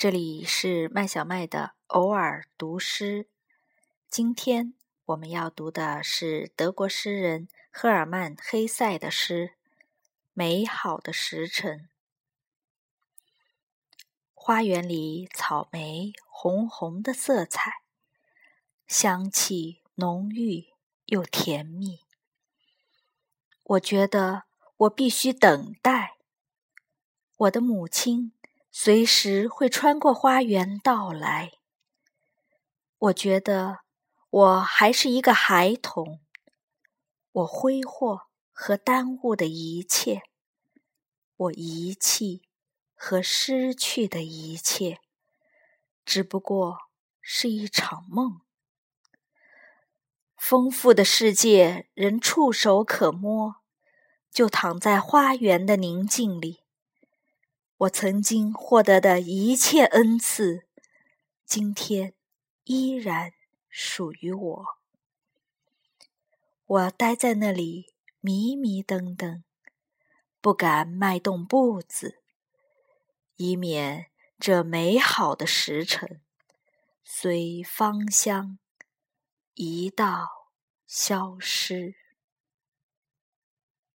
这里是麦小麦的偶尔读诗。今天我们要读的是德国诗人赫尔曼·黑塞的诗《美好的时辰》。花园里草莓红红的色彩，香气浓郁又甜蜜。我觉得我必须等待，我的母亲随时会穿过花园到来。我觉得我还是一个孩童，我挥霍和耽误的一切，我遗弃和失去的一切，只不过是一场梦。丰富的世界仍触手可摸，就躺在花园的宁静里。我曾经获得的一切恩赐，今天依然属于我。我待在那里迷迷瞪瞪，不敢迈动步子，以免这美好的时辰随芳香一道消失。